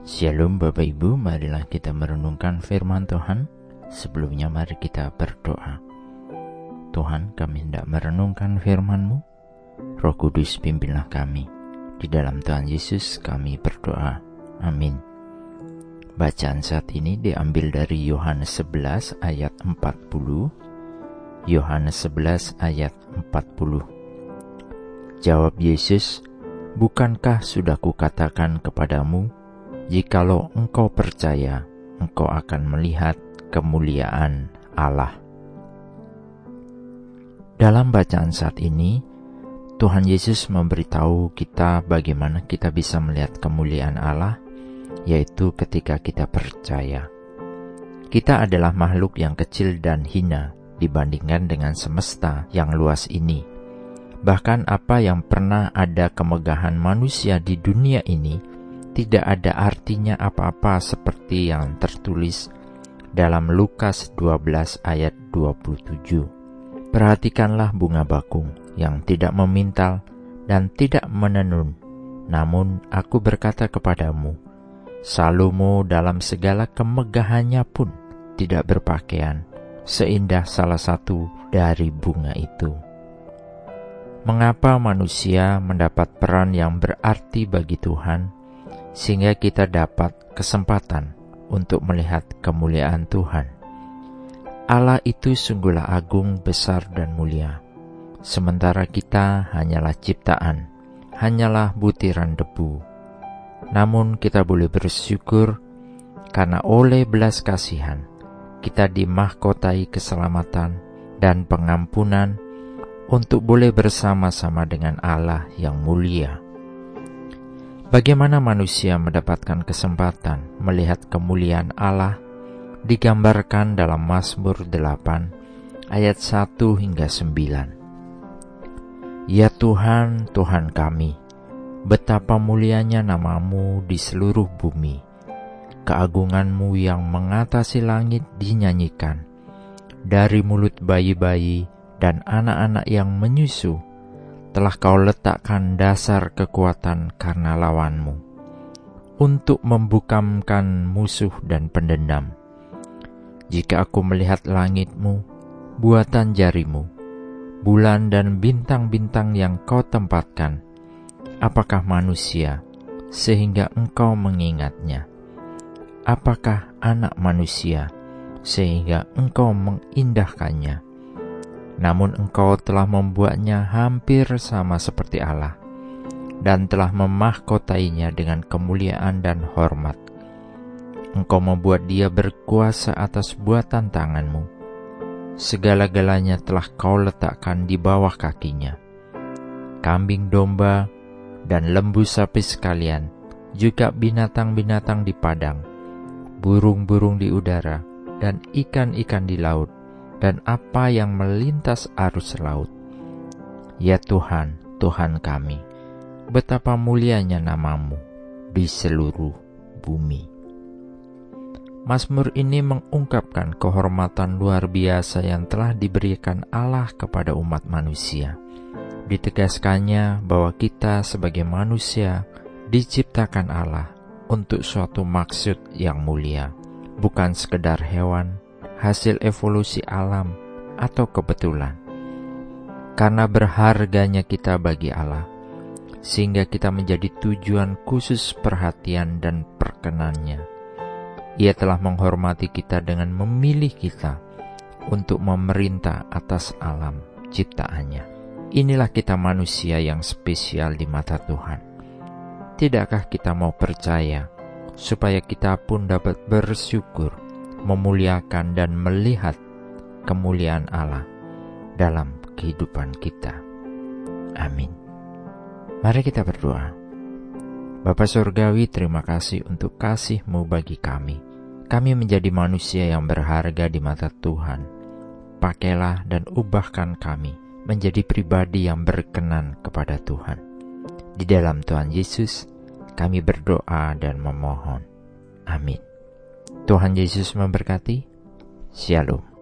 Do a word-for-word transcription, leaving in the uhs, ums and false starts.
Shalom Bapak Ibu, marilah kita merenungkan firman Tuhan. Sebelumnya mari kita berdoa. Tuhan, kami hendak merenungkan firman-Mu. Roh Kudus pimpinlah kami. Di dalam Tuhan Yesus kami berdoa. Amin. Bacaan saat ini diambil dari Yohanes sebelas ayat empat puluh. Yohanes sebelas ayat empat puluh. Jawab Yesus, "Bukankah sudah kukatakan kepadamu, jikalau engkau percaya, engkau akan melihat kemuliaan Allah." Dalam bacaan saat ini, Tuhan Yesus memberitahu kita bagaimana kita bisa melihat kemuliaan Allah, yaitu ketika kita percaya. Kita adalah makhluk yang kecil dan hina dibandingkan dengan semesta yang luas ini. Bahkan apa yang pernah ada kemegahan manusia di dunia ini tidak ada artinya apa-apa seperti yang tertulis dalam Lukas dua belas ayat dua puluh tujuh. Perhatikanlah bunga bakung yang tidak memintal dan tidak menenun. Namun aku berkata kepadamu, Salomo dalam segala kemegahannya pun tidak berpakaian seindah salah satu dari bunga itu. Mengapa manusia mendapat peran yang berarti bagi Tuhan, sehingga kita dapat kesempatan untuk melihat kemuliaan Tuhan? Allah itu sungguhlah agung, besar, dan mulia. Sementara kita hanyalah ciptaan, hanyalah butiran debu. Namun kita boleh bersyukur karena oleh belas kasihan kita dimahkotai keselamatan dan pengampunan untuk boleh bersama-sama dengan Allah yang mulia. Bagaimana manusia mendapatkan kesempatan melihat kemuliaan Allah digambarkan dalam Mazmur delapan ayat satu hingga sembilan. Ya Tuhan, Tuhan kami, betapa mulianya nama-Mu di seluruh bumi. Keagungan-Mu yang mengatasi langit dinyanyikan. Dari mulut bayi-bayi dan anak-anak yang menyusu, telah Kau letakkan dasar kekuatan karena lawan-Mu, untuk membukamkan musuh dan pendendam. Jika aku melihat langit-Mu, buatan jari-Mu, bulan dan bintang-bintang yang Kau tempatkan, apakah manusia sehingga Engkau mengingatnya? Apakah anak manusia sehingga Engkau mengindahkannya? Namun Engkau telah membuatnya hampir sama seperti Allah, dan telah memahkotainya dengan kemuliaan dan hormat. Engkau membuat dia berkuasa atas buatan tangan-Mu. Segala-galanya telah Kau letakkan di bawah kakinya. Kambing domba dan lembu sapi sekalian, juga binatang-binatang di padang, burung-burung di udara, dan ikan-ikan di laut, dan apa yang melintas arus laut. Ya Tuhan, Tuhan kami, betapa mulianya nama-Mu di seluruh bumi. Mazmur ini mengungkapkan kehormatan luar biasa yang telah diberikan Allah kepada umat manusia. Ditegaskannya bahwa kita sebagai manusia diciptakan Allah untuk suatu maksud yang mulia, bukan sekedar hewan, hasil evolusi alam, atau kebetulan. Karena berharganya kita bagi Allah, sehingga kita menjadi tujuan khusus perhatian dan perkenannya. Ia telah menghormati kita dengan memilih kita untuk memerintah atas alam ciptaannya. Inilah kita manusia yang spesial di mata Tuhan. Tidakkah kita mau percaya supaya kita pun dapat bersyukur, memuliakan dan melihat kemuliaan Allah dalam kehidupan kita? Amin. Mari kita berdoa. Bapa Surgawi, terima kasih untuk kasih-Mu bagi kami. Kami menjadi manusia yang berharga di mata Tuhan. Pakailah dan ubahkan kami menjadi pribadi yang berkenan kepada Tuhan. Di dalam Tuhan Yesus, kami berdoa dan memohon. Amin. Tuhan Yesus memberkati. Shalom.